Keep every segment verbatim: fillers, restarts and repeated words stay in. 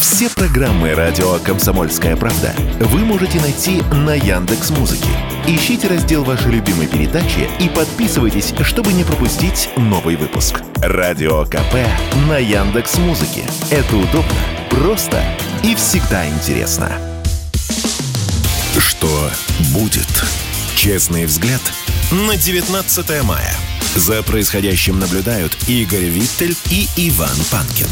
Все программы радио «Комсомольская правда» вы можете найти на Яндекс.Музыке. Ищите раздел вашей любимой передачи и подписывайтесь, чтобы не пропустить новый выпуск. Радио КП на Яндекс.Музыке. Это удобно, просто и всегда интересно. Что будет? Честный взгляд на девятнадцатое мая. За происходящим наблюдают Игорь Виттель и Иван Панкин.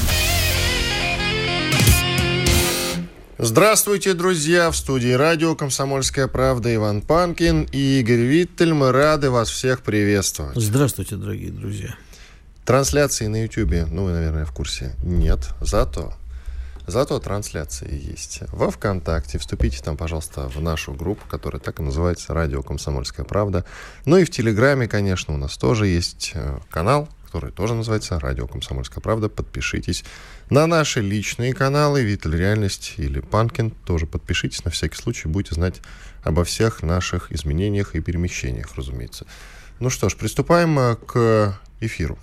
Здравствуйте, друзья! В студии радио «Комсомольская правда» Иван Панкин и Игорь Виттель. Мы рады вас всех приветствовать. Здравствуйте, дорогие друзья. Трансляции на Ютьюбе, ну, вы, наверное, в курсе, нет. Зато, зато трансляции есть во ВКонтакте. Вступите там, пожалуйста, в нашу группу, которая так и называется «Радио «Комсомольская правда». Ну и в Телеграме, конечно, у нас тоже есть канал, который тоже называется «Радио «Комсомольская правда». Подпишитесь на наши личные каналы «Виттель Реальность» или «Панкин». Тоже подпишитесь, на всякий случай будете знать обо всех наших изменениях и перемещениях, разумеется. Ну что ж, приступаем к эфиру.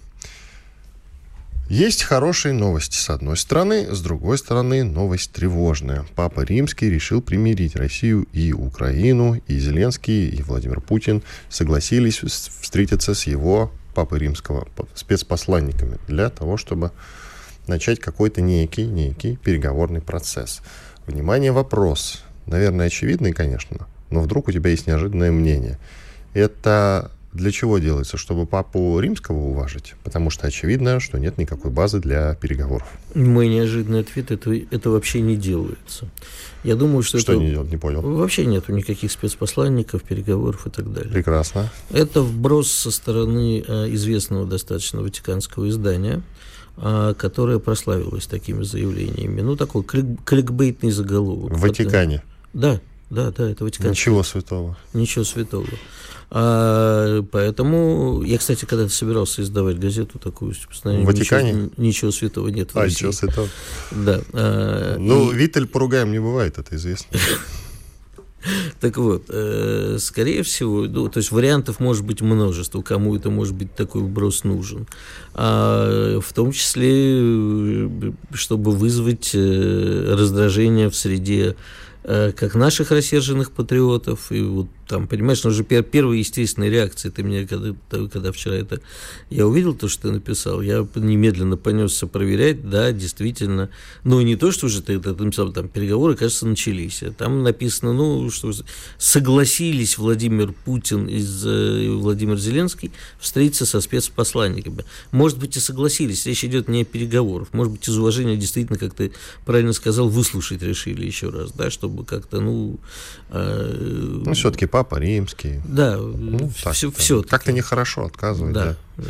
Есть хорошие новости с одной стороны, с другой стороны новость тревожная. Папа Римский решил примирить Россию и Украину, и Зеленский, и Владимир Путин согласились встретиться с его, Папы Римского, спецпосланниками для того, чтобы начать какой-то некий, некий переговорный процесс. Внимание, вопрос. Наверное, очевидный, конечно, но вдруг у тебя есть неожиданное мнение. Это для чего делается? Чтобы Папу Римского уважить? Потому что очевидно, что нет никакой базы для переговоров. Мой неожиданный ответ – это, это вообще не делается. Я думаю, что, что это... не делать, не понял. Вообще нету никаких спецпосланников, переговоров и так далее. Прекрасно. Это вброс со стороны а, известного достаточно ватиканского издания, а, которое прославилось такими заявлениями. Ну, такой клик- кликбейтный заголовок. В Ватикане? Да, да, да, это Ватикан. Ничего святого. Ничего святого. А, поэтому я, кстати, когда-то собирался издавать газету такую, в Ватикане? Ничего, ничего святого нет в а, России. Ничего святого. Да. А, ну, и... Виттель поругаем не бывает, это известно. Так вот, э, скорее всего, ну, то есть вариантов может быть множество, кому это может быть такой вброс нужен, а в том числе, чтобы вызвать э, раздражение в среде э, как наших рассерженных патриотов, и вот там, понимаешь, ну, уже пер, первая естественная реакция, ты мне, когда, когда вчера это, я увидел то, что ты написал, я немедленно понесся проверять, да, действительно, ну, и не то, что уже ты это написал, там, переговоры, кажется, начались, там написано, ну, что согласились Владимир Путин и Владимир Зеленский встретиться со спецпосланниками. Может быть, и согласились, речь идет не о переговорах, может быть, из уважения действительно, как ты правильно сказал, выслушать решили еще раз, да, чтобы как-то, ну... Э, ну, все-таки Папа Римский. Да, ну, все, так, все. Как-то нехорошо отказывать. Да. Да.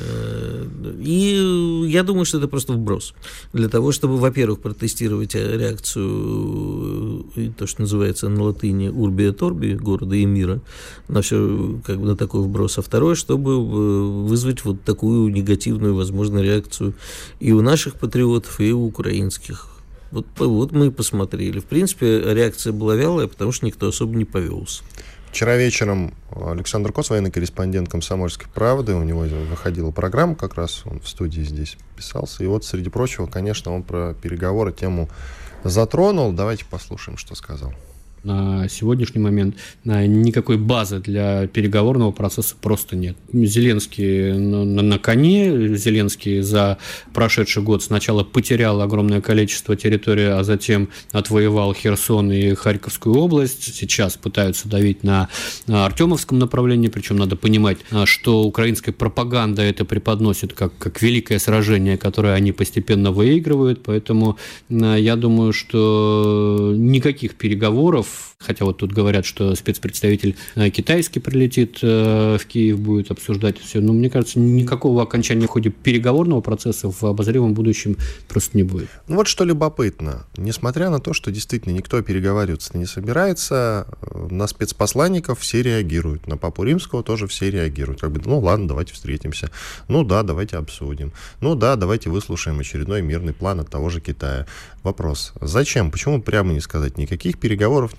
И я думаю, что это просто вброс. Для того, чтобы, во-первых, протестировать реакцию, то, что называется на латыни «урби et orbi», города и мира, на все, как бы на такой вброс. А второе, чтобы вызвать вот такую негативную, возможно, реакцию и у наших патриотов, и у украинских. Вот, вот мы и посмотрели. В принципе, реакция была вялая, потому что никто особо не повелся. Вчера вечером Александр Коц, военный корреспондент «Комсомольской правды», у него выходила программа, как раз он в студии здесь писался. И вот, среди прочего, конечно, он про переговоры тему затронул. Давайте послушаем, что сказал. На сегодняшний момент никакой базы для переговорного процесса просто нет. Зеленский на, на коне, Зеленский за прошедший год сначала потерял огромное количество территории, а затем отвоевал Херсон и Харьковскую область. Сейчас пытаются давить на, на Артемовском направлении, причем надо понимать, что украинская пропаганда это преподносит как, как великое сражение, которое они постепенно выигрывают, поэтому я думаю, что никаких переговоров, хотя вот тут говорят, что спецпредставитель китайский прилетит в Киев, будет обсуждать все, но мне кажется, никакого окончания в ходе переговорного процесса в обозримом будущем просто не будет. Ну вот что любопытно, несмотря на то, что действительно никто переговариваться не собирается, на спецпосланников все реагируют, на Папу Римского тоже все реагируют. Как бы, ну ладно, давайте встретимся, ну да, давайте обсудим, ну да, давайте выслушаем очередной мирный план от того же Китая. Вопрос, зачем, почему прямо не сказать, никаких переговоров не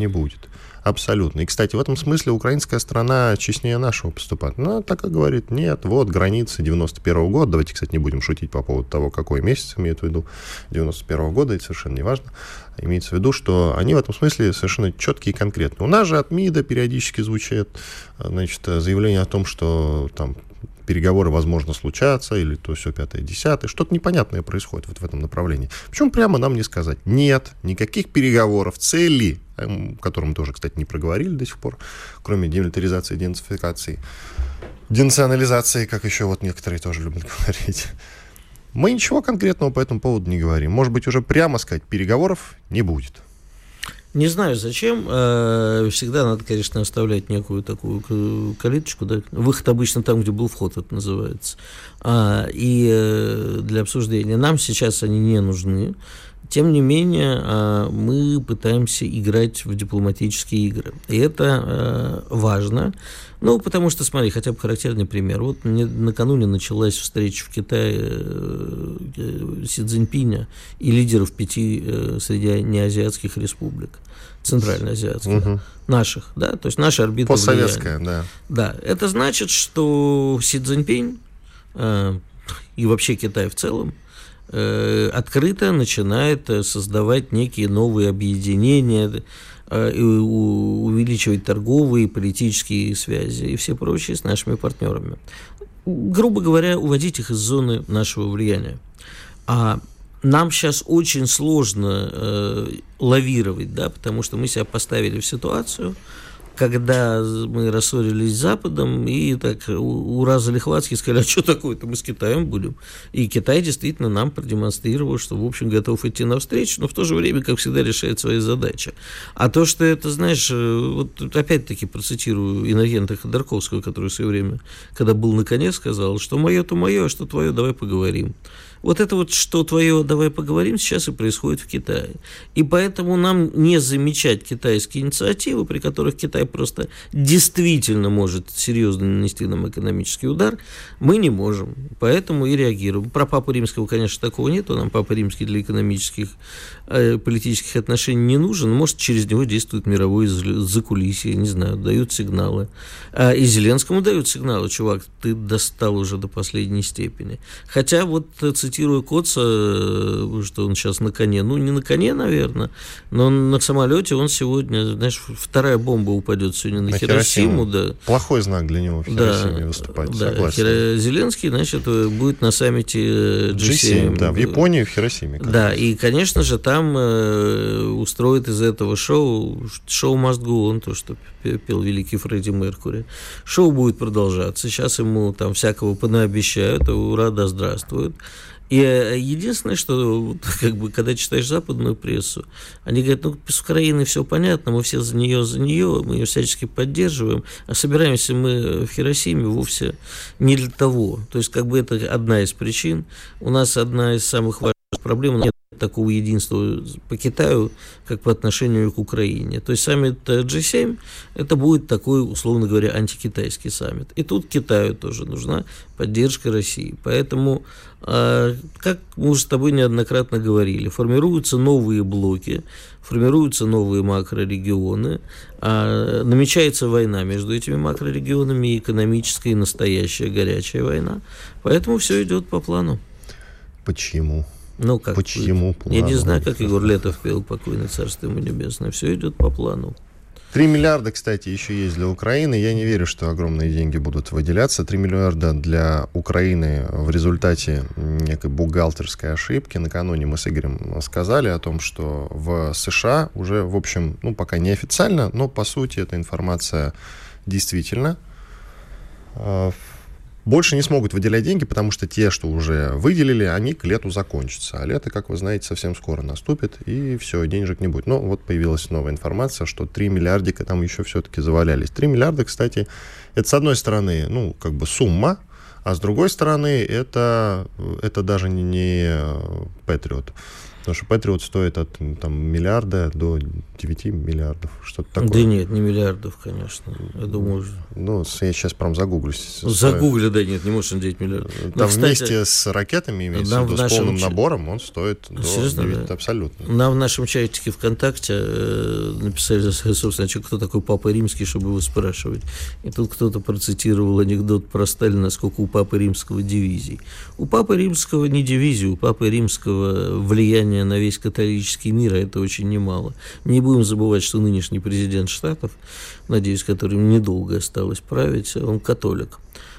не будет. Абсолютно. И, кстати, в этом смысле украинская сторона честнее нашего поступает. Она так и говорит, нет, вот границы девяносто первого года. Давайте, кстати, не будем шутить по поводу того, какой месяц имеют в виду девяносто первого года, это совершенно не важно. Имеется в виду, что они в этом смысле совершенно четкие и конкретные. У нас же от МИДа периодически звучит, значит, заявление о том, что там переговоры, возможно, случатся, или то все пятое, десятое. Что-то непонятное происходит вот в этом направлении. Почему прямо нам не сказать? Нет, никаких переговоров, цели, о котором мы тоже, кстати, не проговорили до сих пор, кроме демилитаризации, денацификации, денационализации, как еще вот некоторые тоже любят говорить. Мы ничего конкретного по этому поводу не говорим. Может быть, уже прямо сказать, переговоров не будет. Не знаю, зачем. Всегда надо, конечно, оставлять некую такую калиточку. Да? Выход обычно там, где был вход, это называется. И для обсуждения. Нам сейчас они не нужны. Тем не менее, мы пытаемся играть в дипломатические игры. И это важно. Ну, потому что, смотри, хотя бы характерный пример. Вот накануне началась встреча в Китае Си Цзиньпиня и лидеров пяти среднеазиатских республик, центральноазиатских, угу. наших, да, то есть наша орбита влияния. Постсоветская, да. Да, это значит, что Си Цзиньпинь э, и вообще Китай в целом э, открыто начинает создавать некие новые объединения, э, увеличивать торговые, политические связи и все прочее с нашими партнерами. Грубо говоря, уводить их из зоны нашего влияния. А нам сейчас очень сложно э, лавировать, да, потому что мы себя поставили в ситуацию, когда мы рассорились с Западом и так ура залихватски сказали, а что такое-то, мы с Китаем будем. И Китай действительно нам продемонстрировал, что, в общем, готов идти навстречу, но в то же время, как всегда, решает свои задачи. А то, что это, знаешь, вот опять-таки процитирую иногента Ходорковского, который в свое время, когда был на коне, сказал, что мое, то мое, а что твое, давай поговорим. Вот это вот, что твое, давай поговорим, сейчас и происходит в Китае. И поэтому нам не замечать китайские инициативы, при которых Китай просто действительно может серьезно нанести нам экономический удар, мы не можем. Поэтому и реагируем. Про Папу Римского, конечно, такого нету. Нам Папа Римский для экономических, э, политических отношений не нужен. Может, через него действует мировое закулисье, не знаю, дают сигналы. А и Зеленскому дают сигналы, чувак, ты достал уже до последней степени. Хотя вот цитирую Коца, что он сейчас на коне. Ну, не на коне, наверное, но на самолете он сегодня, знаешь, вторая бомба упадет сегодня на, на Хиросиму. Хиросиму. Да. Плохой знак для него в Хиросиме да, выступать, да. Согласен. Зеленский, значит, будет на саммите джи семь. джи семь, да, в Японии, в Хиросиме. Конечно. Да, и, конечно же, там э, устроит из этого шоу, шоу must go on, то, что пел великий Фредди Меркьюри. Шоу будет продолжаться. Сейчас ему там всякого понаобещают, ура, да здравствует. И единственное, что как бы, когда читаешь западную прессу, они говорят, ну, с Украиной все понятно, мы все за нее, за нее, мы ее всячески поддерживаем, а собираемся мы в Хиросиме вовсе не для того. То есть, как бы это одна из причин. У нас одна из самых важных проблем, нет такого единства по Китаю, как по отношению к Украине. То есть саммит джи семь это будет такой, условно говоря, антикитайский саммит. И тут Китаю тоже нужна поддержка России. Поэтому, как мы уже с тобой неоднократно говорили, формируются новые блоки, формируются новые макрорегионы, намечается война между этими макрорегионами, экономическая и настоящая горячая война. Поэтому все идет по плану. Почему? Ну, как Почему плану? Я не знаю, как Егор Летов пел, покойный царство ему небесное. Все идет по плану. Три миллиарда, кстати, еще есть для Украины. Я не верю, что огромные деньги будут выделяться. Три миллиарда для Украины в результате некой бухгалтерской ошибки. Накануне мы с Игорем сказали о том, что в США уже, в общем, ну, пока не официально, но, по сути, эта информация действительно больше не смогут выделять деньги, потому что те, что уже выделили, они к лету закончатся. А лето, как вы знаете, совсем скоро наступит, и все, денежек не будет. Но вот появилась новая информация, что три миллиардика там еще все-таки завалялись. три миллиарда, кстати, это с одной стороны, ну, как бы сумма, а с другой стороны, это, это даже не, не Patriot. Потому что Patriot стоит от там, миллиарда до девяти миллиардов, что-то такое. Да нет, не миллиардов, конечно. Я думаю... Ну, я сейчас прям загуглюсь. Загугли, да нет, не может он девять миллиардов. Там но, кстати, вместе с ракетами, имеется в виду, с полным ч... набором, он стоит до девяти, да? Абсолютно. Нам в нашем чатике ВКонтакте э, написали, собственно, кто такой Папа Римский, чтобы его спрашивать. И тут кто-то процитировал анекдот про Сталина, сколько у Папы Римского дивизий. У Папы Римского не дивизии, у Папы Римского влияние на весь католический мир, а это очень немало. Не будем забывать, что нынешний президент Штатов, надеюсь, которым недолго осталось править, он католик.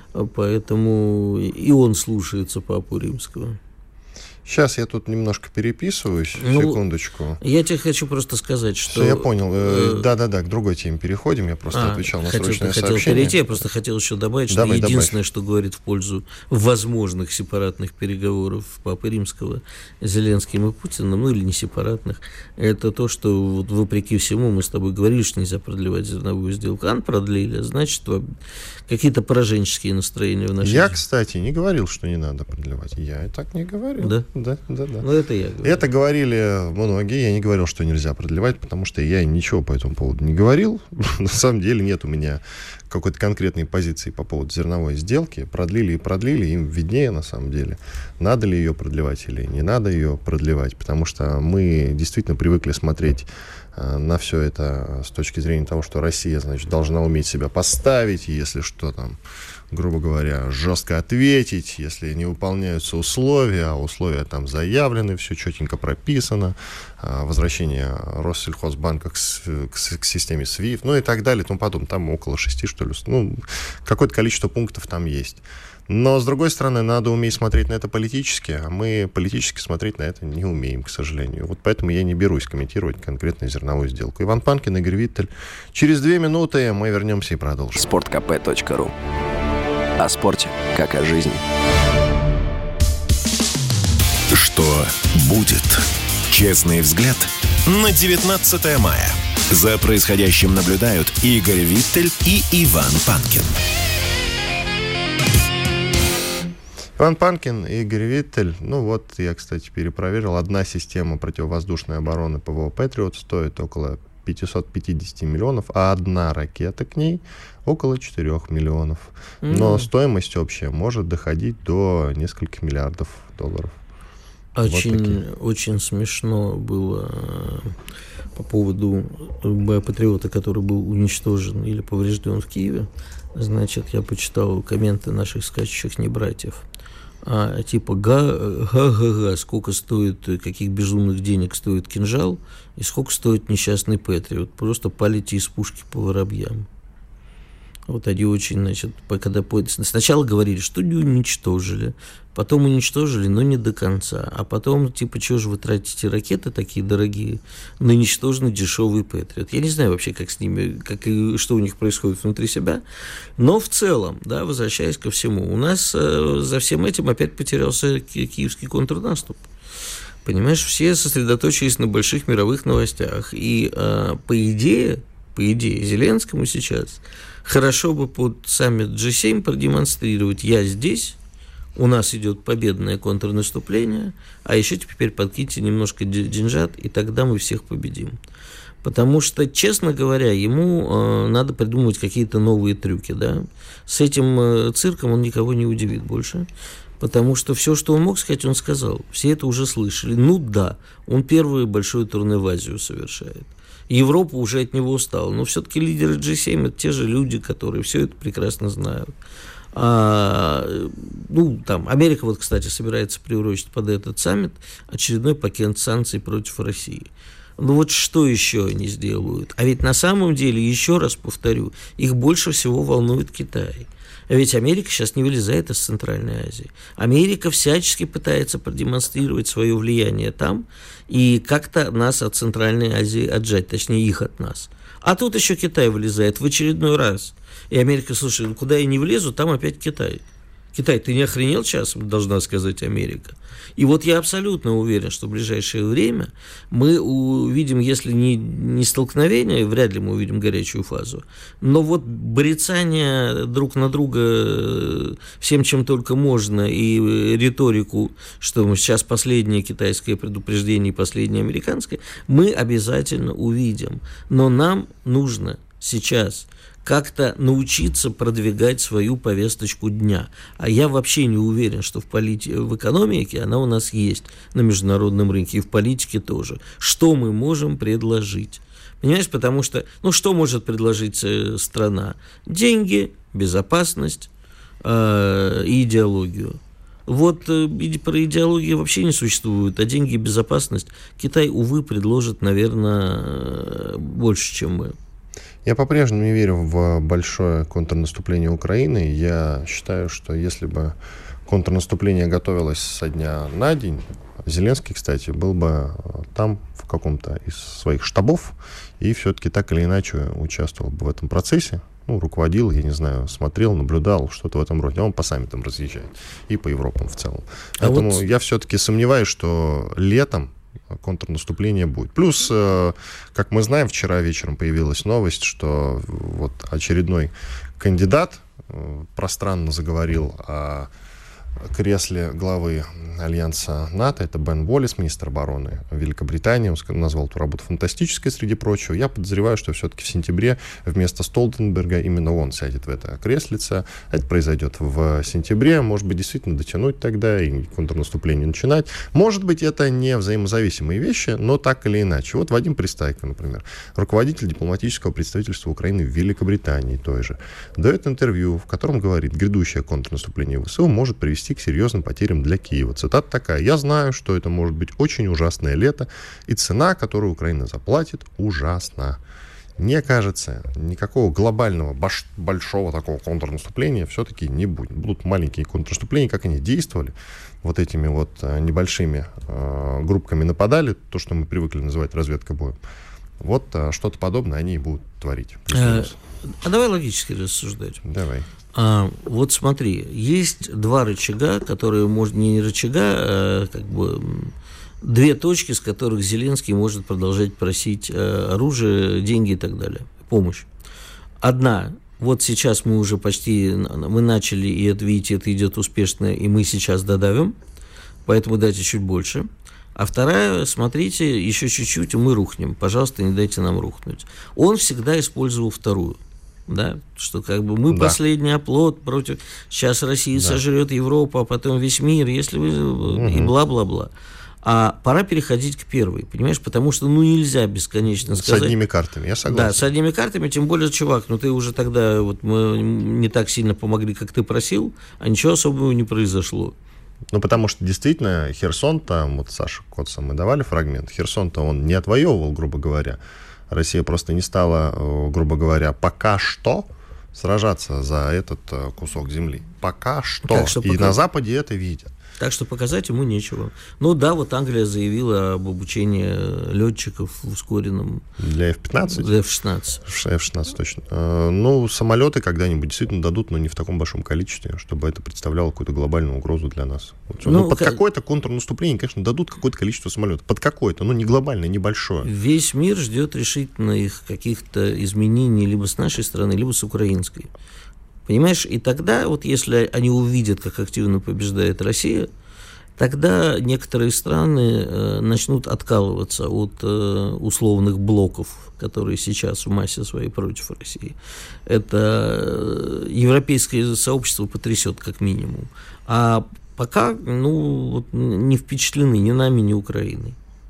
Поэтому и он слушается Папу Римского. Сейчас я тут немножко переписываюсь, ну, секундочку. Я тебе хочу просто сказать, что... Все, я понял. Да-да-да, к другой теме переходим. Я просто а, отвечал на хотел, срочное хотел сообщение. Перейти, я просто хотел еще добавить, что Давай, единственное, добавь. что говорит в пользу возможных сепаратных переговоров Папы Римского с Зеленским и Путиным, ну или не сепаратных, это то, что вот, вопреки всему мы с тобой говорили, что нельзя продлевать зерновую сделку. Ан продлили, значит, какие-то пораженческие настроения в нашей Я, жизни. Кстати, не говорил, что не надо продлевать. Я и так не говорил. Да? Да, да, да. Ну, это я говорю. Это говорили многие. Я не говорил, что нельзя продлевать, потому что я ничего по этому поводу не говорил. На самом деле нет у меня какой-то конкретной позиции по поводу зерновой сделки. Продлили и продлили, им виднее на самом деле. Надо ли ее продлевать или не надо ее продлевать, потому что мы действительно привыкли смотреть на все это с точки зрения того, что Россия, значит, должна уметь себя поставить, если что там, грубо говоря, жестко ответить, если не выполняются условия, а условия там заявлены, все четенько прописано, возвращение Россельхозбанка к, к, к системе свифт, ну и так далее, и тому подобное. Там около шести, что ли, ну, какое-то количество пунктов там есть. Но, с другой стороны, надо уметь смотреть на это политически, а мы политически смотреть на это не умеем, к сожалению. Вот поэтому я не берусь комментировать конкретную зерновую сделку. Иван Панкин, Игорь Виттель. Через две минуты мы вернемся и продолжим. спорт кэ пэ точка ру. О спорте, как о жизни. Что будет? Честный взгляд на девятнадцатое мая. За происходящим наблюдают Игорь Виттель и Иван Панкин. Иван Панкин и Игорь Виттель. Ну вот, я, кстати, перепроверил. Одна система противовоздушной обороны ПВО «Патриот» стоит около пятьсот пятьдесят миллионов, а одна ракета к ней около четырёх миллионов. Mm. Но стоимость общая может доходить до нескольких миллиардов долларов. Очень, вот очень смешно было по поводу «Патриота», который был уничтожен или поврежден в Киеве. Значит, я почитал комменты наших скачущих небратьев. А, типа, га-га-га, сколько стоит, каких безумных денег стоит кинжал, и сколько стоит несчастный Патриот. Просто палите из пушки по воробьям. Вот они очень, значит, когда сначала говорили, что не уничтожили, потом уничтожили, но не до конца. А потом, типа, чего же вы тратите ракеты такие дорогие на ничтожный дешевый Патриот? Я не знаю вообще, как с ними, как и что у них происходит внутри себя. Но в целом, да, возвращаясь ко всему, у нас э, за всем этим опять потерялся ки- киевский контрнаступ. Понимаешь, все сосредоточились на больших мировых новостях. И э, по идее, по идее, Зеленскому сейчас хорошо бы под саммит джи семь продемонстрировать: я здесь, у нас идет победное контрнаступление, а еще теперь подкиньте немножко деньжат, и тогда мы всех победим. Потому что, честно говоря, ему э, надо придумывать какие-то новые трюки, да. С этим э, цирком он никого не удивит больше, потому что все, что он мог сказать, он сказал. Все это уже слышали. Ну да, он первое большое турне в Азию совершает. Европа уже от него устала. Но все-таки лидеры джи семь – это те же люди, которые все это прекрасно знают. А, ну, там, Америка, вот, кстати, собирается приурочить под этот саммит очередной пакет санкций против России. Ну вот что еще они сделают? А ведь на самом деле, еще раз повторю, их больше всего волнует Китай. А ведь Америка сейчас не вылезает из Центральной Азии. Америка всячески пытается продемонстрировать свое влияние там и как-то нас от Центральной Азии отжать, точнее их от нас. А тут еще Китай вылезает в очередной раз. И Америка, слушай, ну куда я не влезу, там опять Китай. Китай, ты не охренел сейчас, должна сказать Америка. И вот я абсолютно уверен, что в ближайшее время мы увидим, если не, не столкновение, вряд ли мы увидим горячую фазу, но вот брецание друг на друга всем, чем только можно, и риторику, что сейчас последнее китайское предупреждение и последнее американское, мы обязательно увидим. Но нам нужно сейчас как-то научиться продвигать свою повесточку дня. А я вообще не уверен, что в, полит... в экономике она у нас есть на международном рынке, и в политике тоже. Что мы можем предложить? Понимаешь, потому что, ну, что может предложить э, страна? Деньги, безопасность э, и идеологию. Вот э, про идеологию вообще не существует, а деньги и безопасность Китай, увы, предложит, наверное, э, больше, чем мы. Я по-прежнему не верю в большое контрнаступление Украины. Я считаю, что если бы контрнаступление готовилось со дня на день, Зеленский, кстати, был бы там в каком-то из своих штабов и все-таки так или иначе участвовал бы в этом процессе. Ну, руководил, я не знаю, смотрел, наблюдал, что-то в этом роде. А он по саммитам разъезжает и по Европам в целом. А Поэтому вот... я все-таки сомневаюсь, что летом контрнаступление будет. Плюс, как мы знаем, вчера вечером появилась новость, что вот очередной кандидат пространно заговорил о кресле главы Альянса НАТО. Это Бен Уоллес, министр обороны Великобритании. Он назвал эту работу фантастической, среди прочего. Я подозреваю, что все-таки в сентябре вместо Столтенберга именно он сядет в это креслице. Это произойдет в сентябре. Может быть, действительно дотянуть тогда и контрнаступление начинать. Может быть, это не взаимозависимые вещи, но так или иначе. Вот Вадим Пристайко, например, руководитель дипломатического представительства Украины в Великобритании той же, дает интервью, в котором говорит, грядущее контрнаступление ВСУ может привести к серьезным потерям для Киева. Цитата такая: «Я знаю, что это может быть очень ужасное лето, и цена, которую Украина заплатит, ужасна». Мне кажется, никакого глобального, баш- большого такого контрнаступления все-таки не будет. Будут маленькие контрнаступления, как они действовали, вот этими вот небольшими э, группками нападали, то, что мы привыкли называть разведка боем. Вот э, что-то подобное они и будут творить. А, а давай логически рассуждать. Давай. А, вот смотри, есть два рычага, которые, может, не рычага, а как бы две точки, с которых Зеленский может продолжать просить оружие, деньги и так далее, помощь. Одна, вот сейчас мы уже почти, мы начали, и это, видите, это идет успешно, и мы сейчас додавим, поэтому дайте чуть больше. А вторая, смотрите, еще чуть-чуть, и мы рухнем, пожалуйста, не дайте нам рухнуть. Он всегда использовал вторую. Да, что как бы мы да. последний оплот против... Сейчас Россия да. сожрет Европу, а потом весь мир, если вы... Угу. И бла-бла-бла. А пора переходить к первой, понимаешь? Потому что, ну, нельзя бесконечно сказать... С одними картами, я согласен. Да, с одними картами, тем более, чувак, ну, ты уже тогда... Вот мы не так сильно помогли, как ты просил, а ничего особого не произошло. Ну, потому что, действительно, Херсон, там, вот Саша Коца мы давали фрагмент, Херсон-то он не отвоевывал, грубо говоря. Россия просто не стала, грубо говоря, пока что сражаться за этот кусок земли. Пока что. что И пока... на Западе это видят. Так что показать ему нечего. Ну да, вот Англия заявила об обучении летчиков в ускоренном... Для эф пятнадцать? Для эф шестнадцать. эф шестнадцать, точно. Ну, самолеты когда-нибудь действительно дадут, но не в таком большом количестве, чтобы это представляло какую-то глобальную угрозу для нас. Вот. Ну, ну, под как... какое-то контрнаступление, конечно, дадут какое-то количество самолетов. Под какое-то, но не глобальное, небольшое. Весь мир ждет решительных каких-то изменений либо с нашей стороны, либо с украинской. Понимаешь, и тогда, вот если они увидят, как активно побеждает Россия, тогда некоторые страны э, начнут откалываться от э, условных блоков, которые сейчас в массе своей против России. Это э, европейское сообщество потрясет как минимум. А пока, ну, вот, не впечатлены ни нами, ни Украиной.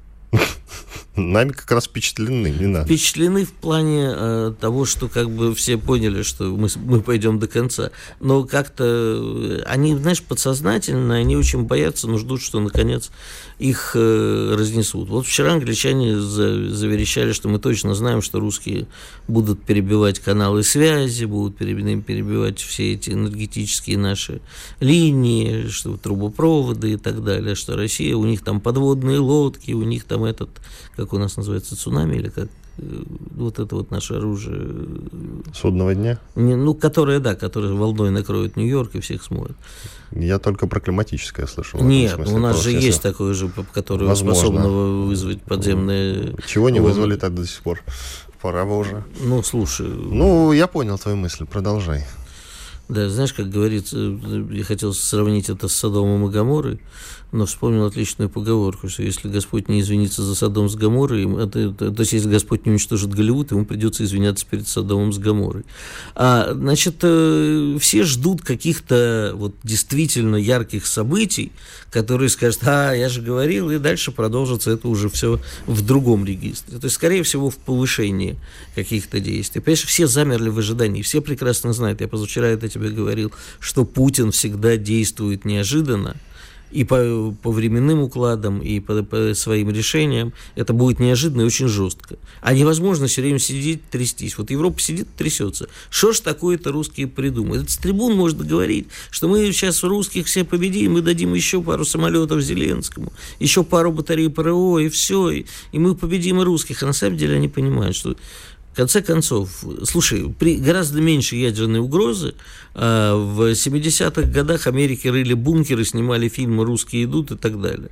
Нами как раз впечатлены, не надо. Впечатлены в плане э, того, что как бы все поняли, что мы, мы пойдем до конца. Но как-то они, знаешь, подсознательно, они очень боятся, но ждут, что наконец их э, разнесут. Вот вчера англичане за, заверещали, что мы точно знаем, что русские будут перебивать каналы связи, будут перебивать все эти энергетические наши линии, что трубопроводы и так далее, что Россия, у них там подводные лодки, у них там этот... как у нас называется, цунами, или как вот это вот наше оружие. Судного дня? Не, ну, которое, да, которое волной накроет Нью-Йорк и всех смоет. Я только про климатическое слышал. Нет, у нас же есть такое же, которое Возможно. способно вызвать подземное... Чего не вызвали так до сих пор? Пора бы уже. Ну, слушай... Ну, я понял твою мысль, продолжай. Да, знаешь, как говорится, я хотел сравнить это с Содомом и Гоморрой, но вспомнил отличную поговорку, что если Господь не извинится за Содом с Гоморрой, это, то, то есть если Господь не уничтожит Голливуд, ему придется извиняться перед Содомом с Гоморрой. А, значит, все ждут каких-то вот действительно ярких событий, которые скажут: а, я же говорил, и дальше продолжится это уже все в другом регистре. То есть, скорее всего, в повышении каких-то действий. Понимаешь, все замерли в ожидании, все прекрасно знают, я позавчера это тебе говорил, что Путин всегда действует неожиданно, и по, по временным укладам, и по, по своим решениям. Это будет неожиданно и очень жестко. А невозможно все время сидеть, трястись. Вот Европа сидит, трясется. Что ж такое-то русские придумают? Это с трибун можно говорить, что мы сейчас русских все победим, мы дадим еще пару самолетов Зеленскому, еще пару батарей ПРО, и все, и, и мы победим и русских. А на самом деле они понимают, что в конце концов, слушай, при гораздо меньше ядерной угрозы а, в семидесятых годах Америки рыли бункеры, снимали фильмы «Русские идут» и так далее.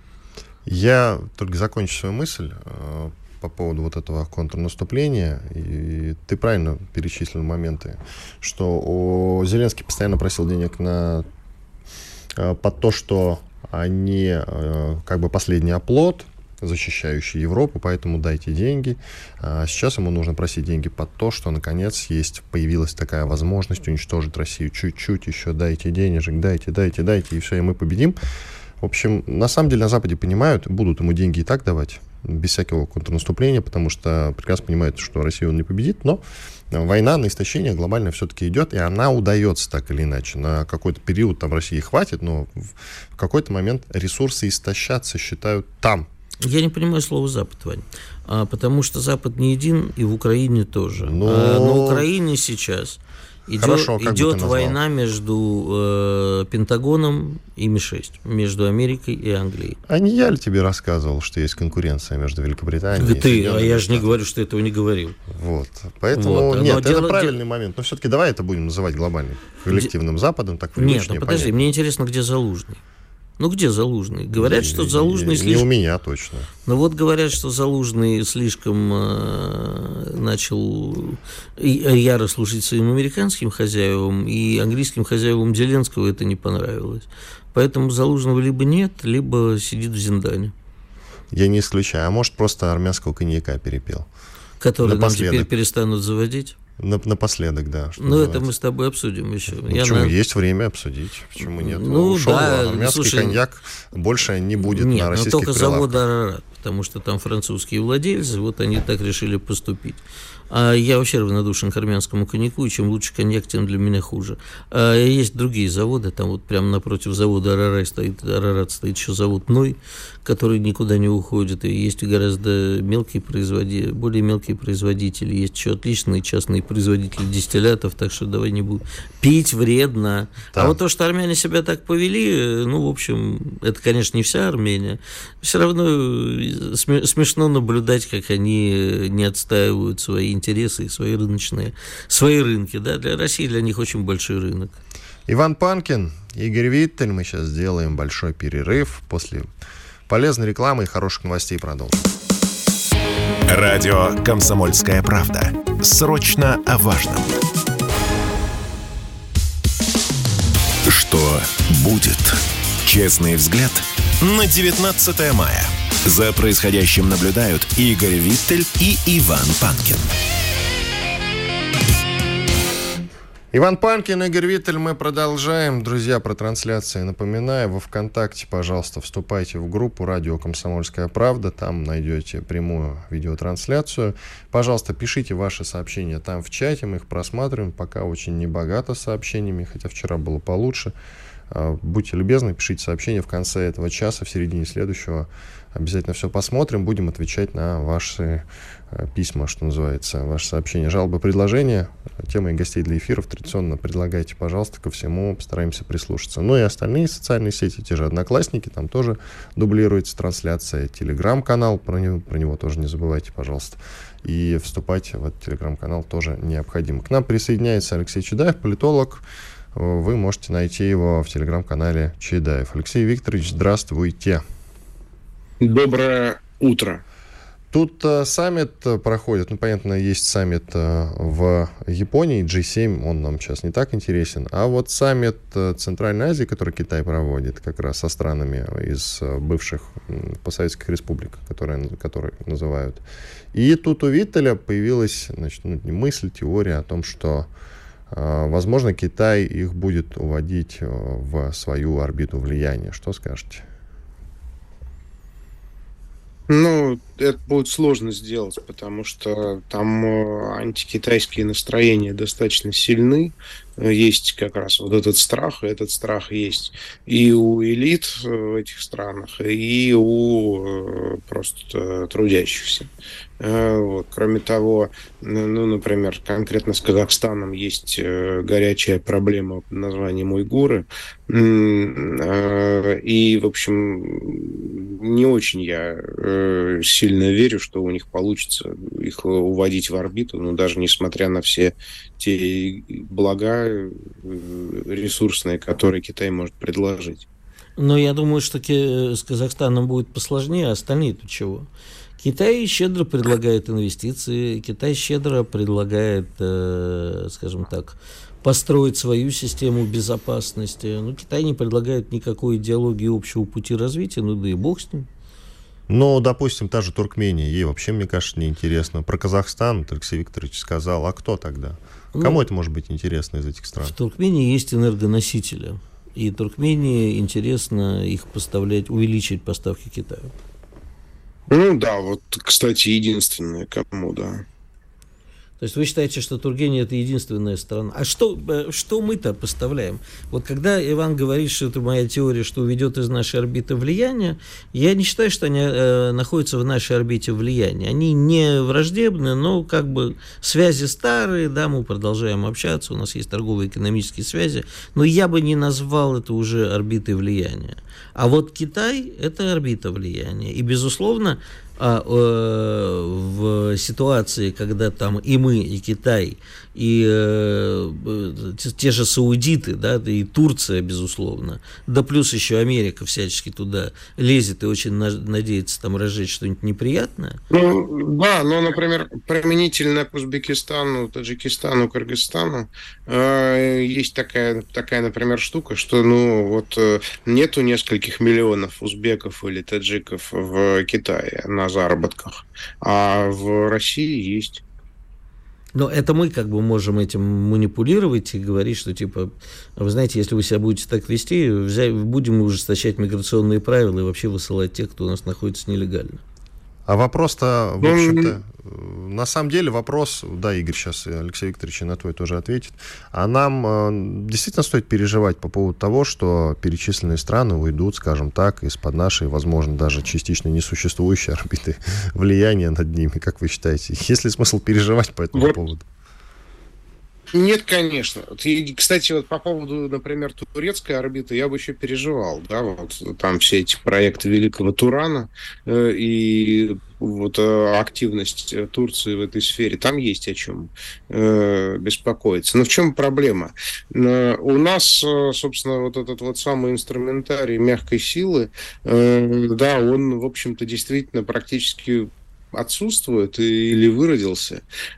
Я только закончу свою мысль э, по поводу вот этого контрнаступления. И ты правильно перечислил моменты, что о, Зеленский постоянно просил денег на, э, под то, что они э, как бы последний оплот, защищающий Европу, поэтому дайте деньги. А сейчас ему нужно просить деньги под то, что, наконец, есть, появилась такая возможность уничтожить Россию. Чуть-чуть еще дайте денежек, дайте, дайте, дайте, и все, и мы победим. В общем, на самом деле на Западе понимают, будут ему деньги и так давать, без всякого контрнаступления, потому что прекрасно понимают, что Россию он не победит, но война на истощение глобально все-таки идет, и она удается так или иначе. На какой-то период там России хватит, но в какой-то момент ресурсы истощатся, считают, там. Я не понимаю слова «Запад», Вань, а, потому что Запад не един, и в Украине тоже. Но... А, на Украине сейчас идет, Хорошо, идет война между э, Пентагоном и Ми шесть, между Америкой и Англией. А не я ли тебе рассказывал, что есть конкуренция между Великобританией и Ты, а я же не говорю, что этого не говорил. Вот, поэтому, вот. Нет, это дело, правильный дело... момент. Но все-таки давай это будем называть глобальным, коллективным Де... Западом, так привычнее. Нет, ну подожди, понять. Мне интересно, где Залужный. Ну, где Залужный? Говорят, не, что Залужный не, слишком... Не у меня точно. Ну, вот говорят, что Залужный слишком э, начал яро служить своим американским хозяевам, и английским хозяевам Зеленского это не понравилось. Поэтому Залужного либо нет, либо сидит в Зиндане. Я не исключаю. А может, просто армянского коньяка перепил. Который нам теперь перестанут заводить? Напоследок, да. Ну, это мы с тобой обсудим еще. Ну, почему? На... Есть время обсудить. Почему нет? Ну, Ушел, да. Армянский Слушай, коньяк больше не будет нет, на российских прилавках. Нет, но только прилавках. завода «Арарат», потому что там французские владельцы, вот они так решили поступить. А я вообще равнодушен к армянскому коньяку, и чем лучше коньяк, тем для меня хуже. А есть другие заводы, там вот прямо напротив завода «Арарат» стоит, «Арарат» стоит еще завод «Ной», который никуда не уходит, и есть гораздо мелкие производители, более мелкие производители, есть еще отличные частные производители дистиллятов, так что давай не будем. Пить вредно. Да. А вот то, что армяне себя так повели, ну, в общем, это, конечно, не вся Армения, все равно смешно наблюдать, как они не отстаивают свои интересы и свои рыночные, свои рынки, да, для России, для них очень большой рынок. Иван Панкин, Игорь Виттель, мы сейчас сделаем большой перерыв, после полезной рекламы и хороших новостей продолжим. Радио «Комсомольская правда». Срочно о важном. Что будет? Честный взгляд на девятнадцатое мая. За происходящим наблюдают Игорь Виттель и Иван Панкин. Иван Панкин, Игорь Виттель, мы продолжаем. Друзья, про трансляции напоминаю. Во ВКонтакте, пожалуйста, вступайте в группу «Радио Комсомольская правда». Там найдете прямую видеотрансляцию. Пожалуйста, пишите ваши сообщения там в чате. Мы их просматриваем. Пока очень небогато сообщениями, хотя вчера было получше. Будьте любезны, пишите сообщение в конце этого часа, в середине следующего. Обязательно все посмотрим, будем отвечать на ваши письма, что называется, ваши сообщения, жалобы, предложения. Темы и гостей для эфиров традиционно предлагайте, пожалуйста, ко всему, постараемся прислушаться. Ну и остальные социальные сети, те же Одноклассники, там тоже дублируется трансляция, Телеграм-канал, про него, про него тоже не забывайте, пожалуйста. И вступать в этот Телеграм-канал тоже необходимо. К нам присоединяется Алексей Чедаев, политолог. Вы можете найти его в Телеграм-канале Чедаев. Алексей Викторович, здравствуйте. Доброе утро. Тут э, саммит проходит, ну, понятно, есть саммит э, в Японии, джи семь, он нам сейчас не так интересен, а вот саммит э, Центральной Азии, который Китай проводит, как раз со странами из э, бывших э, постсоветских республик, которые, которые называют. И тут у Виттеля появилась, значит, ну, мысль, теория о том, что, э, возможно, Китай их будет уводить э, в свою орбиту влияния. Что скажете? Ну, это будет сложно сделать, потому что там антикитайские настроения достаточно сильны. Есть как раз вот этот страх, и этот страх есть и у элит в этих странах, и у просто трудящихся. Вот. Кроме того, ну, например, конкретно с Казахстаном есть горячая проблема под названием уйгуры. И, в общем, не очень я сильно верю, что у них получится их уводить в орбиту, но даже несмотря на все те блага ресурсные, которые Китай может предложить. Но я думаю, что с Казахстаном будет посложнее, а остальные тут чего? Китай щедро предлагает инвестиции, Китай щедро предлагает, э, скажем так, построить свою систему безопасности. Но Китай не предлагает никакой идеологии общего пути развития, ну да и бог с ним. Ну, допустим, та же Туркмения, ей вообще, мне кажется, неинтересно. Про Казахстан Алексей Викторович сказал, а кто тогда? Кому ну, это может быть интересно из этих стран? В Туркмении есть энергоносители, и Туркмении интересно их поставлять, увеличить поставки Китаю. Ну да, вот, кстати, единственное, кому, да. То есть вы считаете, что Тургения это единственная страна? А что, что мы-то поставляем? Вот когда Иван говорит, что это моя теория, что уведет из нашей орбиты влияние, я не считаю, что они э, находятся в нашей орбите влияния. Они не враждебны, но как бы связи старые, да, мы продолжаем общаться, у нас есть торгово-экономические связи, но я бы не назвал это уже орбитой влияния. А вот Китай – это орбита влияния. И, безусловно, А, э, в ситуации, когда там и мы, и Китай, и э, те же саудиты, да, и Турция, безусловно, да плюс еще Америка всячески туда лезет и очень на, надеется там разжечь что-нибудь неприятное. Ну, да, но, например, применительно к Узбекистану, Таджикистану, Кыргызстану э, есть такая, такая, например, штука, что, ну, вот э, нету нескольких миллионов узбеков или таджиков в Китае на заработках, а в России есть. Но это мы как бы можем этим манипулировать и говорить, что типа, вы знаете, если вы себя будете так вести, взять, будем ужесточать миграционные правила и вообще высылать тех, кто у нас находится нелегально. А вопрос-то, в общем-то, на самом деле вопрос, да, Игорь, сейчас Алексей Викторович на твой тоже ответит, а нам э, действительно стоит переживать по поводу того, что перечисленные страны уйдут, скажем так, из-под нашей, возможно, даже частично несуществующей орбиты влияния над ними, как вы считаете? Есть ли смысл переживать по этому вот. поводу? Нет, конечно. И, кстати, вот по поводу, например, турецкой орбиты я бы еще переживал, да, вот там все эти проекты Великого Турана э, и вот э, активность Турции в этой сфере, там есть о чем э, беспокоиться. Но в чем проблема? Э, у нас, э, собственно, вот этот вот самый инструментарий мягкой силы, э, да, он, в общем-то, действительно практически отсутствует или выродился.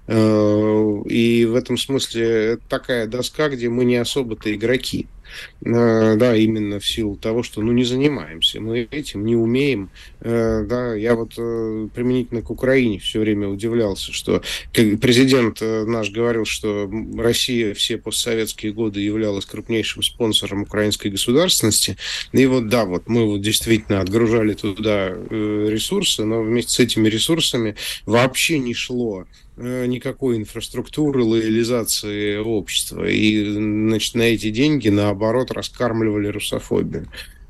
И в этом смысле это такая доска, где мы не особо-то игроки. Да, именно в силу того, что ну, не занимаемся мы этим, не умеем. Да, я вот применительно к Украине все время удивлялся, что президент наш говорил, что Россия все постсоветские годы являлась крупнейшим спонсором украинской государственности. И вот да, вот мы вот действительно отгружали туда ресурсы, но вместе с этими ресурсами вообще не шло никакой инфраструктуры, лоялизации общества. И, значит, на эти деньги, наоборот, раскармливали русофобию.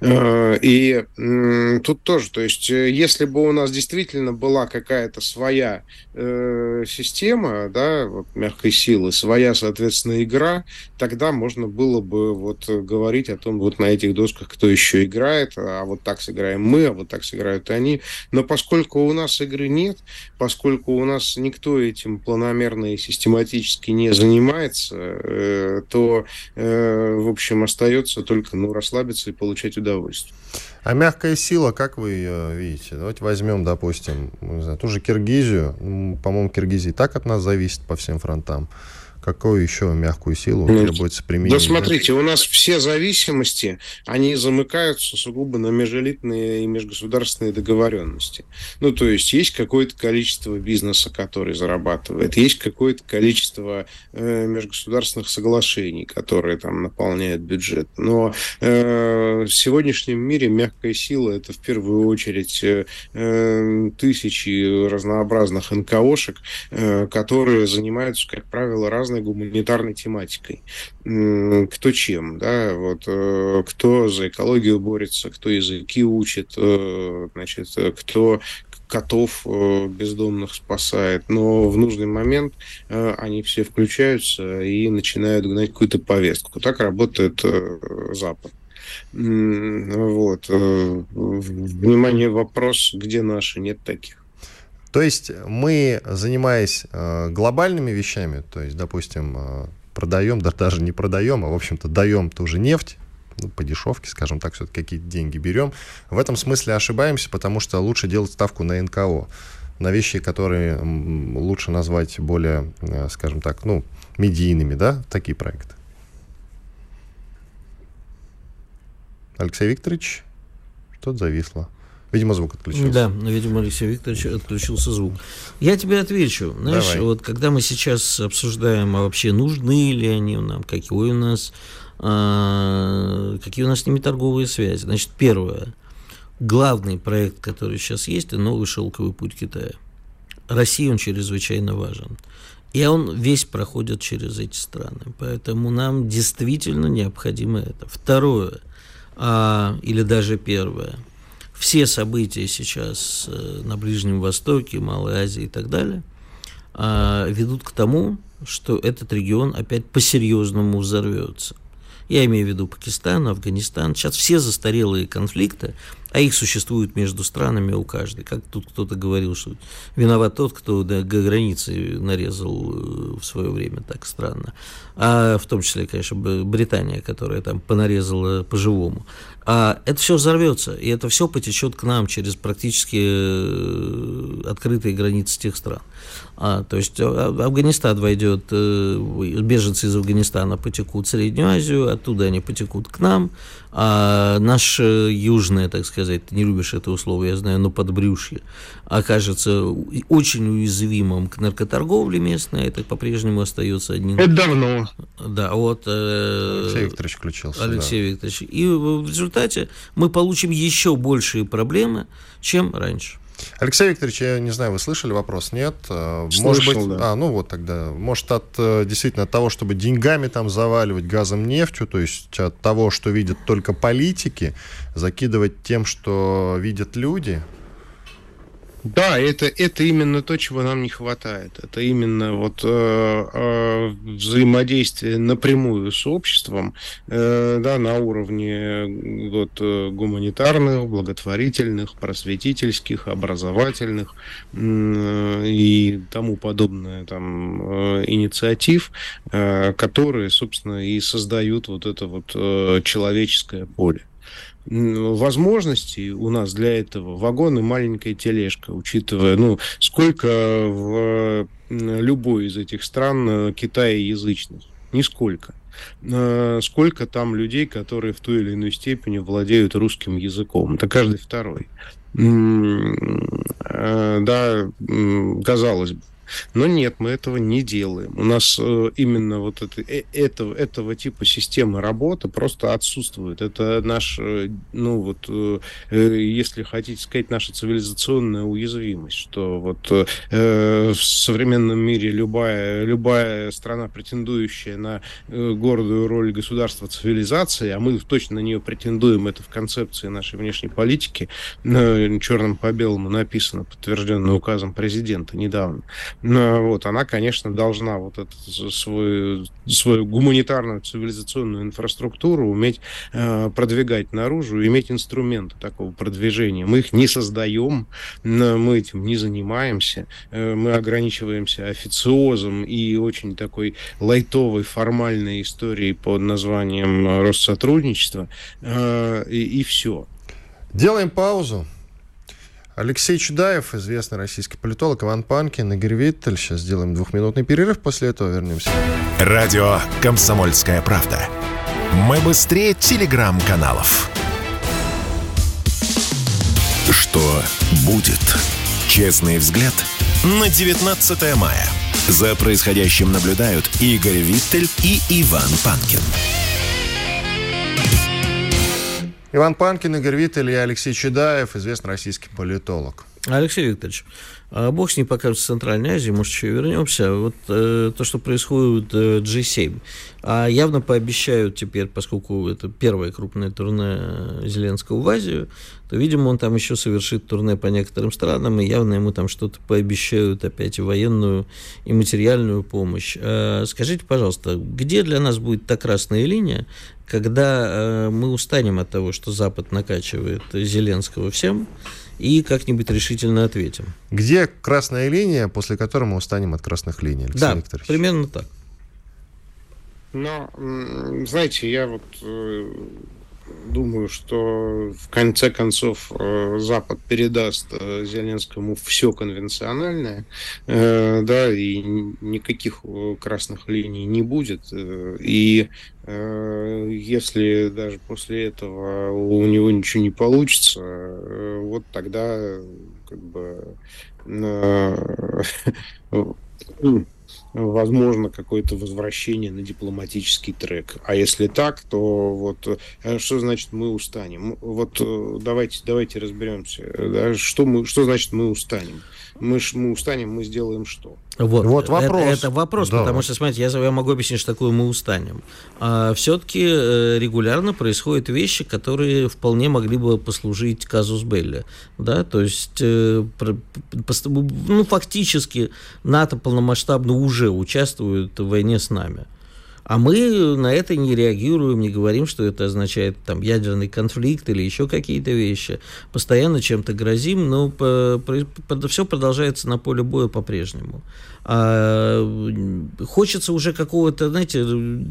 И тут тоже, то есть, если бы у нас действительно была какая-то своя э, система, да, вот, мягкой силы, своя, соответственно, игра, тогда можно было бы вот говорить о том, вот на этих досках кто еще играет, а вот так сыграем мы, а вот так сыграют они. Но поскольку у нас игры нет, поскольку у нас никто этим планомерно и систематически не занимается, э, то, э, в общем, остается только, ну, расслабиться и получать удовольствие. А мягкая сила, как вы ее видите? Давайте возьмем, допустим, не знаю, ту же Киргизию. По-моему, Киргизия и так от нас зависит по всем фронтам. Какую еще мягкую силу ну, требуется применить? Да, смотрите, да? У нас все зависимости, они замыкаются сугубо на межэлитные и межгосударственные договоренности. Ну, то есть, есть какое-то количество бизнеса, который зарабатывает, есть какое-то количество э, межгосударственных соглашений, которые там наполняют бюджет. Но э, в сегодняшнем мире мягкая сила – это в первую очередь э, тысячи разнообразных эн ка о-шек, э, которые занимаются, как правило, разными гуманитарной тематикой. Кто чем, да, вот, кто за экологию борется, кто языки учит, значит, кто котов бездомных спасает, но в нужный момент они все включаются и начинают гнать какую-то повестку. Так работает Запад. Вот. Внимание, вопрос, где наши? Нет таких. То есть мы, занимаясь э, глобальными вещами, то есть, допустим, э, продаем, да даже не продаем, а, в общем-то, даем ту же нефть, ну, по дешевке, скажем так, все-таки какие-то деньги берем, в этом смысле ошибаемся, потому что лучше делать ставку на эн ка о, на вещи, которые лучше назвать более, э, скажем так, ну, медийными, да, такие проекты. Алексей Викторович, что-то зависло. Видимо, звук отключился. Да, видимо, Алексей Викторович отключился звук. Я тебе отвечу. Знаешь, Давай. Вот когда мы сейчас обсуждаем, а вообще нужны ли они нам, какие у нас, а, какие у нас с ними торговые связи. Значит, первое. Главный проект, который сейчас есть, это новый шелковый путь Китая. России он чрезвычайно важен. И он весь проходит через эти страны. Поэтому нам действительно необходимо это. Второе, а, или даже первое. Все события сейчас на Ближнем Востоке, Малой Азии и так далее ведут к тому, что этот регион опять по-серьезному взорвется. Я имею в виду Пакистан, Афганистан. Сейчас все застарелые конфликты, а их существует между странами у каждой. Как тут кто-то говорил, что виноват тот, кто до границы нарезал в свое время, так странно. А в том числе, конечно, Британия, которая там понарезала по-живому. А это все взорвется, и это все потечет к нам через практически открытые границы тех стран. А, то есть Афганистан войдет, беженцы из Афганистана потекут в Среднюю Азию, оттуда они потекут к нам, а наше южное, так сказать, ты не любишь это слово, я знаю, но подбрюшье, окажется очень уязвимым к наркоторговле местной, это по-прежнему остается одним. Это давно. Да, вот. Э, Алексей Викторович включился. Алексей да. Викторович. И в результате мы получим еще большие проблемы, чем раньше. Алексей Викторович, я не знаю, вы слышали вопрос? Нет? Слышал, может быть, да. А, ну вот тогда, может, от действительно от того, чтобы деньгами там заваливать, газом, нефтью, то есть от того, что видят только политики, закидывать тем, что видят люди? Да, это, это именно то, чего нам не хватает. Это именно вот э, э, взаимодействие напрямую с обществом, э, да, на уровне вот, гуманитарных, благотворительных, просветительских, образовательных э, и тому подобное там э, инициатив, э, которые, собственно, и создают вот это вот э, человеческое поле. Возможностей у нас для этого вагон и маленькая тележка, учитывая, ну, сколько в любой из этих стран китаеязычных. Нисколько. Сколько там людей, которые в той или иной степени владеют русским языком. Это каждый второй. Да, казалось бы. Но нет, мы этого не делаем. У нас э, именно вот это, э, этого, этого типа системы работы просто отсутствует. Это наш, э, ну вот, э, если хотите сказать, наша цивилизационная уязвимость, что вот э, в современном мире любая, любая страна, претендующая на э, гордую роль государства цивилизации, а мы точно на нее претендуем, это в концепции нашей внешней политики, э, черным по белому написано, подтвержденное указом президента недавно. Но, вот, она, конечно, должна вот эту свою, свою гуманитарную цивилизационную инфраструктуру уметь э, продвигать наружу, иметь инструменты такого продвижения. Мы их не создаем, мы этим не занимаемся, э, мы ограничиваемся официозом и очень такой лайтовой формальной историей под названием Россотрудничество, э, и, и все. Делаем паузу. Алексей Чудаев, известный российский политолог, Иван Панкин, Игорь Виттель. Сейчас сделаем двухминутный перерыв, после этого вернемся. Радио «Комсомольская правда». Мы быстрее телеграм-каналов. Что будет? Честный взгляд на девятнадцатое мая. За происходящим наблюдают Игорь Виттель и Иван Панкин. Иван Панкин, Игорь Виттель и Алексей Чудаев, известный российский политолог. Алексей Викторович, бог с ней пока в Центральной Азии, может, еще и вернемся. Вот э, то, что происходит в джи семь, а явно пообещают теперь, поскольку это первое крупное турне Зеленского в Азию, то, видимо, он там еще совершит турне по некоторым странам, и явно ему там что-то пообещают опять и военную, и материальную помощь. Э, скажите, пожалуйста, где для нас будет та красная линия, когда э, мы устанем от того, что Запад накачивает Зеленского всем, и как-нибудь решительно ответим? Где красная линия, после которой мы устанем от красных линий, Алексей да, Викторович? Примерно так. Но, знаете, я вот э, думаю, что в конце концов э, Запад передаст э, Зеленскому все конвенциональное, э, да, и никаких красных линий не будет. Э, и э, если даже после этого у него ничего не получится, э, вот тогда как бы э, возможно какое-то возвращение на дипломатический трек. А если так, то вот что значит мы устанем? Вот давайте, давайте разберемся. Да, что, мы, что значит мы устанем? Мы, мы устанем, мы сделаем что? Вот, вот вопрос. Это, это вопрос, да. Потому что, смотрите, я, я могу объяснить, что такое мы устанем. А, все-таки регулярно происходят вещи, которые вполне могли бы послужить казус белли. Да? То есть, э, про, по, ну, фактически НАТО полномасштабно уже участвует в войне с нами. А мы на это не реагируем, не говорим, что это означает там, ядерный конфликт или еще какие-то вещи. Постоянно чем-то грозим, но по, по, все продолжается на поле боя по-прежнему. А, хочется уже какого-то, знаете,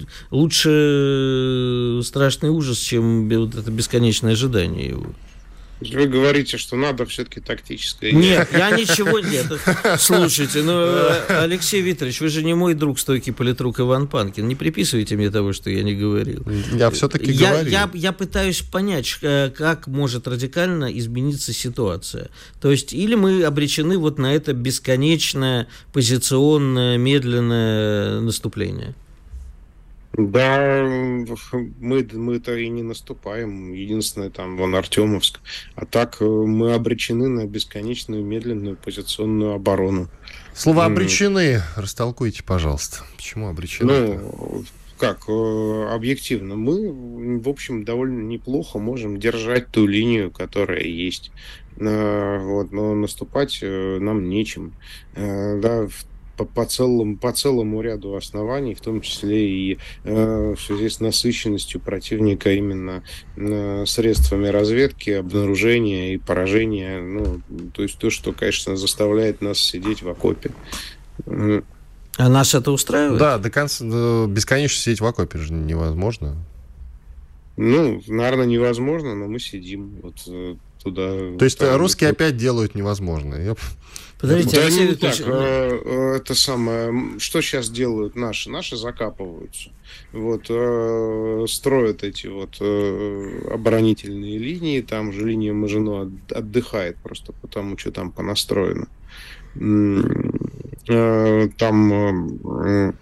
лучше страшный ужас, чем вот это бесконечное ожидание его. Вы говорите, что надо все-таки тактическое. Нет, я ничего нет. Слушайте, ну, Алексей Викторович, вы же не мой друг, стойкий политрук Иван Панкин. Не приписывайте мне того, что я не говорил. Я все-таки я, говорил. Я, я пытаюсь понять, как может радикально измениться ситуация. То есть, или мы обречены вот на это бесконечное, позиционное, медленное наступление. Да, мы, мы-то и не наступаем. Единственное, там, вон, Артемовск. А так мы обречены на бесконечную медленную позиционную оборону. Слово «обречены» растолкуйте, пожалуйста. Почему обречены? Ну, как, объективно, мы, в общем, довольно неплохо можем держать ту линию, которая есть. Вот, но наступать нам нечем. Да, По, по, целому, по целому ряду оснований, в том числе и э, в связи с насыщенностью противника именно э, средствами разведки, обнаружения и поражения. Ну, то есть то, что, конечно, заставляет нас сидеть в окопе. А нас это устраивает? Да, до конца, до, бесконечно сидеть в окопе же невозможно. Ну, наверное, невозможно, но мы сидим вот туда. То есть там, русские вот. опять делают невозможное. Подождите, да, Алексей ну, Викторович, так, э, это самое, что сейчас делают наши? Наши закапываются, вот, э, строят эти вот э, оборонительные линии, там же линия Мажино отдыхает просто потому, что там понастроено. там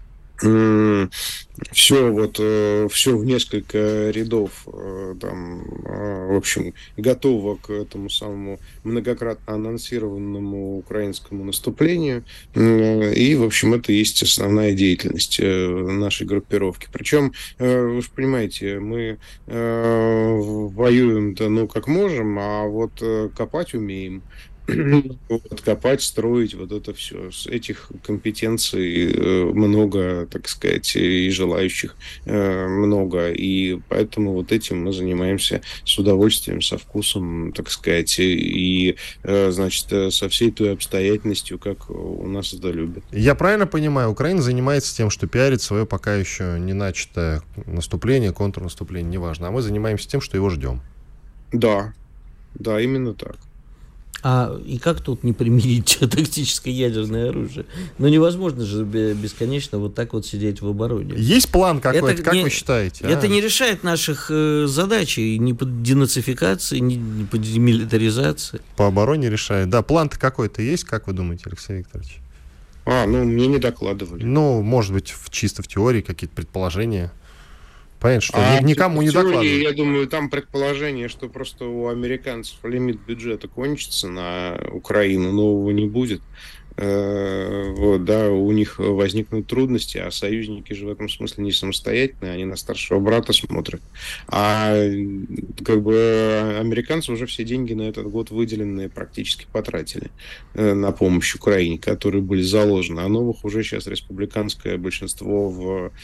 все вот все в несколько рядов там, в общем, готово к этому самому многократно анонсированному украинскому наступлению, и, в общем, это и есть основная деятельность нашей группировки. Причем, вы же понимаете, мы воюем-то, ну, как можем, а вот копать умеем. Вот, копать, строить, вот это все. С этих компетенций много, так сказать, и желающих много. И поэтому вот этим мы занимаемся с удовольствием, со вкусом, так сказать, и, значит, со всей той обстоятельностью, как у нас это любят. Я правильно понимаю, Украина занимается тем, что пиарит свое пока еще не начатое наступление, контрнаступление, неважно. А мы занимаемся тем, что его ждем. Да, да, именно так. А и как тут не применить тактическое ядерное оружие? Ну, невозможно же бесконечно вот так вот сидеть в обороне. Есть план какой-то, это как не, вы считаете? Это а? не решает наших э, задач ни по денацификации, ни, ни по демилитаризации. По обороне решает. Да, план-то какой-то есть, как вы думаете, Алексей Викторович? А, ну, мне не докладывали. Ну, может быть, в, чисто в теории какие-то предположения. Понятно, что а никому не докладывают. Я думаю, там предположение, что просто у американцев лимит бюджета кончится на Украину, нового не будет. Вот, да, у них возникнут трудности, а союзники же в этом смысле не самостоятельные, они на старшего брата смотрят. А как бы американцы уже все деньги на этот год выделенные практически потратили на помощь Украине, которые были заложены, а новых уже сейчас республиканское большинство в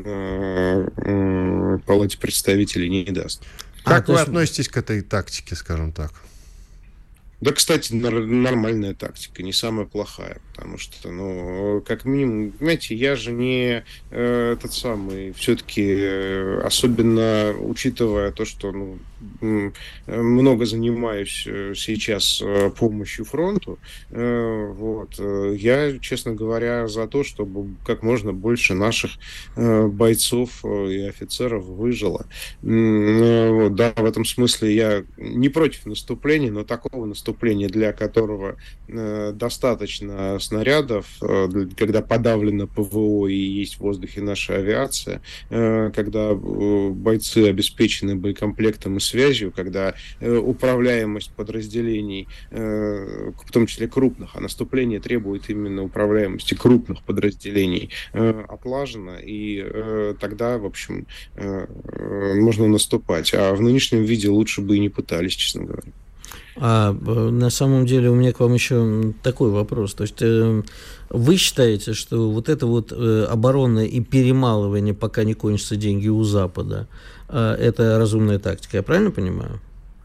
Палате представителей не даст. Как а, вы есть... относитесь к этой тактике, скажем так? Да, кстати, нормальная тактика, не самая плохая, потому что, ну, как минимум, понимаете, я же не э, тот самый, все-таки, э, особенно учитывая то, что, ну, много занимаюсь сейчас помощью фронту, э, вот, э, я, честно говоря, за то, чтобы как можно больше наших э, бойцов и офицеров выжило. Э, вот, да, в этом смысле я не против наступления, но такого наступления, для которого э, достаточно снарядов, э, когда подавлено ПВО и есть в воздухе наша авиация, э, когда э, бойцы обеспечены боекомплектом и связью, когда э, управляемость подразделений, э, в том числе крупных, а наступление требует именно управляемости крупных подразделений, э, отлажено, и э, тогда, в общем, э, можно наступать. А в нынешнем виде лучше бы и не пытались, честно говоря. А на самом деле у меня к вам еще такой вопрос. То есть э, вы считаете, что вот это вот э, оборонное и перемалывание, пока не кончатся деньги у Запада, э, это разумная тактика, я правильно понимаю?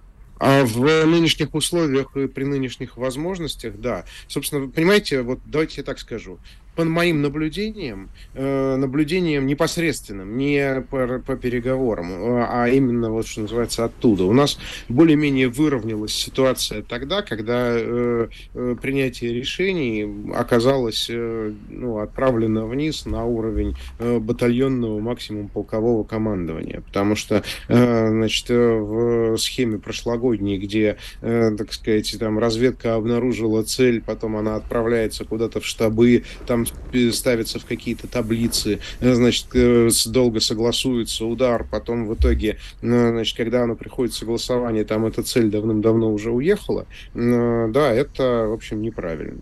А в нынешних условиях и при нынешних возможностях, да. Собственно, понимаете, вот давайте я так скажу. По моим наблюдениям, э, наблюдениям непосредственным, не по, по переговорам, а именно, вот что называется, оттуда. У нас более-менее выровнялась ситуация тогда, когда э, э, принятие решений оказалось э, ну, отправлено вниз на уровень э, батальонного, максимум полкового командования. Потому что, э, значит, в схеме прошлогодней, где, э, так сказать, там разведка обнаружила цель, потом она отправляется куда-то в штабы, там ставятся в какие-то таблицы, значит, долго согласуется удар, потом в итоге, значит, когда оно приходит в согласование, там эта цель давным-давно уже уехала, да, это, в общем, неправильно.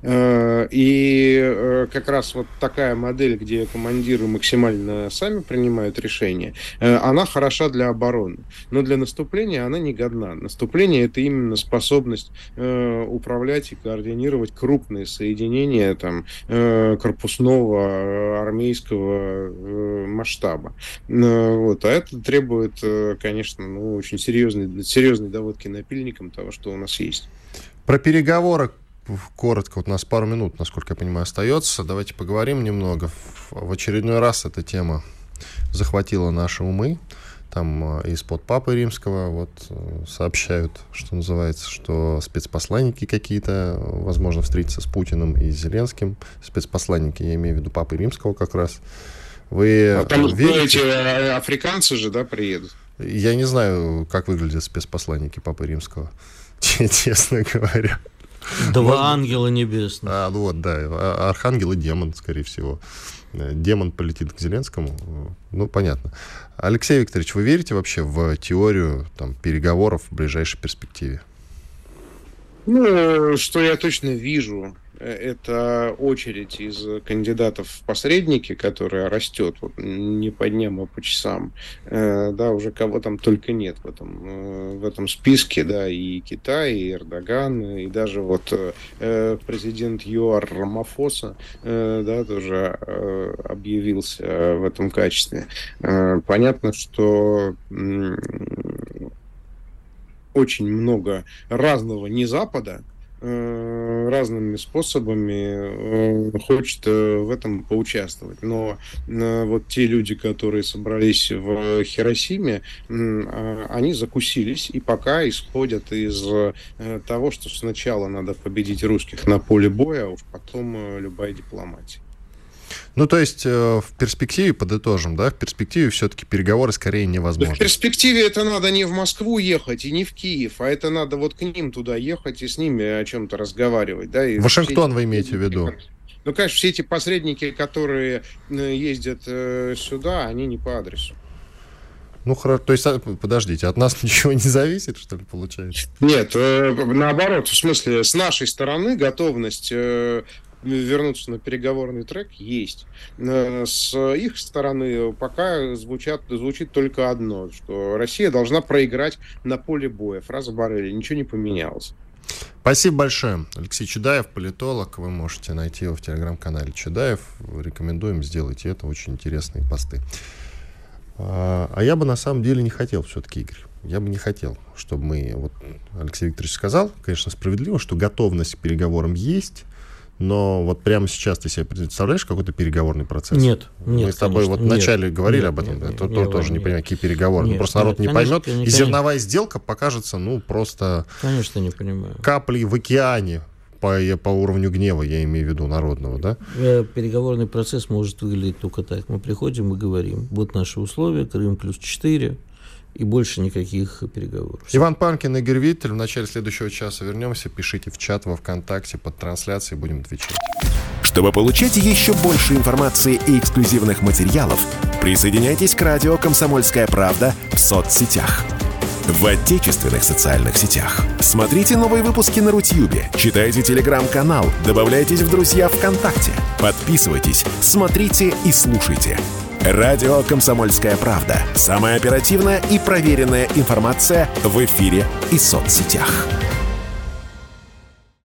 И как раз вот такая модель, где командиры максимально сами принимают решения, она хороша для обороны, но для наступления она не годна. Наступление — это именно способность управлять и координировать крупные соединения, там, корпусного армейского масштаба. Вот. А это требует, конечно, ну, очень серьезной, серьезной доводки напильником того, что у нас есть. Про переговоры коротко, вот у нас пару минут, насколько я понимаю, остается. Давайте поговорим немного. В очередной раз эта тема захватила наши умы. Там из-под Папы Римского вот сообщают, что называется, что спецпосланники какие-то, возможно, встретятся с Путиным и Зеленским. Спецпосланники, я имею в виду Папы Римского как раз. Вы а там верите? Эти африканцы же, да, приедут? Я не знаю, как выглядят спецпосланники Папы Римского, честно говоря. Два Может... ангела небесных. А, ну вот, да, архангел и демон, скорее всего. Демон полетит к Зеленскому, ну, понятно. Алексей Викторович, вы верите вообще в теорию там, переговоров в ближайшей перспективе? Ну, что я точно вижу, это очередь из кандидатов в посредники, которая растет вот, не по дням, а по часам. Да, уже кого там только нет в этом, в этом списке, да, и Китай, и Эрдоган, и даже вот президент ЮАР Рамафоса, да, тоже объявился в этом качестве. Понятно, что очень много разного не Запада, разными способами хочет в этом поучаствовать. Но вот те люди, которые собрались в Хиросиме, они закусились и пока исходят из того, что сначала надо победить русских на поле боя, а уж потом любая дипломатия. Ну, то есть, э, в перспективе, подытожим, да, в перспективе все-таки переговоры скорее невозможны. Да в перспективе это надо не в Москву ехать и не в Киев, а это надо вот к ним туда ехать и с ними о чем-то разговаривать. Да, и Вашингтон эти... вы имеете в виду? Ну, конечно, все эти посредники, которые ездят э, сюда, они не по адресу. Ну, хорошо, то есть, подождите, от нас ничего не зависит, что ли, получается? Нет, э, наоборот, в смысле, с нашей стороны готовность... Э, вернуться на переговорный трек есть. С их стороны пока звучат, звучит только одно, что Россия должна проиграть на поле боя. Фраза Борреля. Ничего не поменялось. Спасибо большое. Алексей Чудаев, политолог. Вы можете найти его в телеграм-канале Чудаев. Рекомендуем, сделайте это. Очень интересные посты. А я бы на самом деле не хотел все-таки, Игорь. Я бы не хотел, чтобы мы... Вот Алексей Викторович сказал, конечно, справедливо, что готовность к переговорам есть. Но вот прямо сейчас ты себе представляешь какой-то переговорный процесс? Нет, нет. Мы с тобой конечно, вот вначале нет, говорили нет, об этом, нет, да? нет, То, нет, то, нет, тоже нет. не понимаю, какие переговоры. Нет, ну, просто народ нет, не конечно, поймет. конечно, И зерновая сделка покажется, ну, просто... Конечно, не понимаю. Каплей в океане по, по уровню гнева, я имею в виду, народного, да? Переговорный процесс может выглядеть только так. Мы приходим и говорим, вот наши условия, Крым плюс четыре, и больше никаких переговоров. Иван Панкин, Игорь Виттель. В начале следующего часа вернемся. Пишите в чат во ВКонтакте под трансляцией, будем отвечать. Чтобы получать еще больше информации и эксклюзивных материалов, присоединяйтесь к радио «Комсомольская правда» в соцсетях. В отечественных социальных сетях. Смотрите новые выпуски на Рутьюбе, читайте телеграм-канал, добавляйтесь в друзья ВКонтакте, подписывайтесь, смотрите и слушайте. Радио «Комсомольская правда». Самая оперативная и проверенная информация в эфире и соцсетях.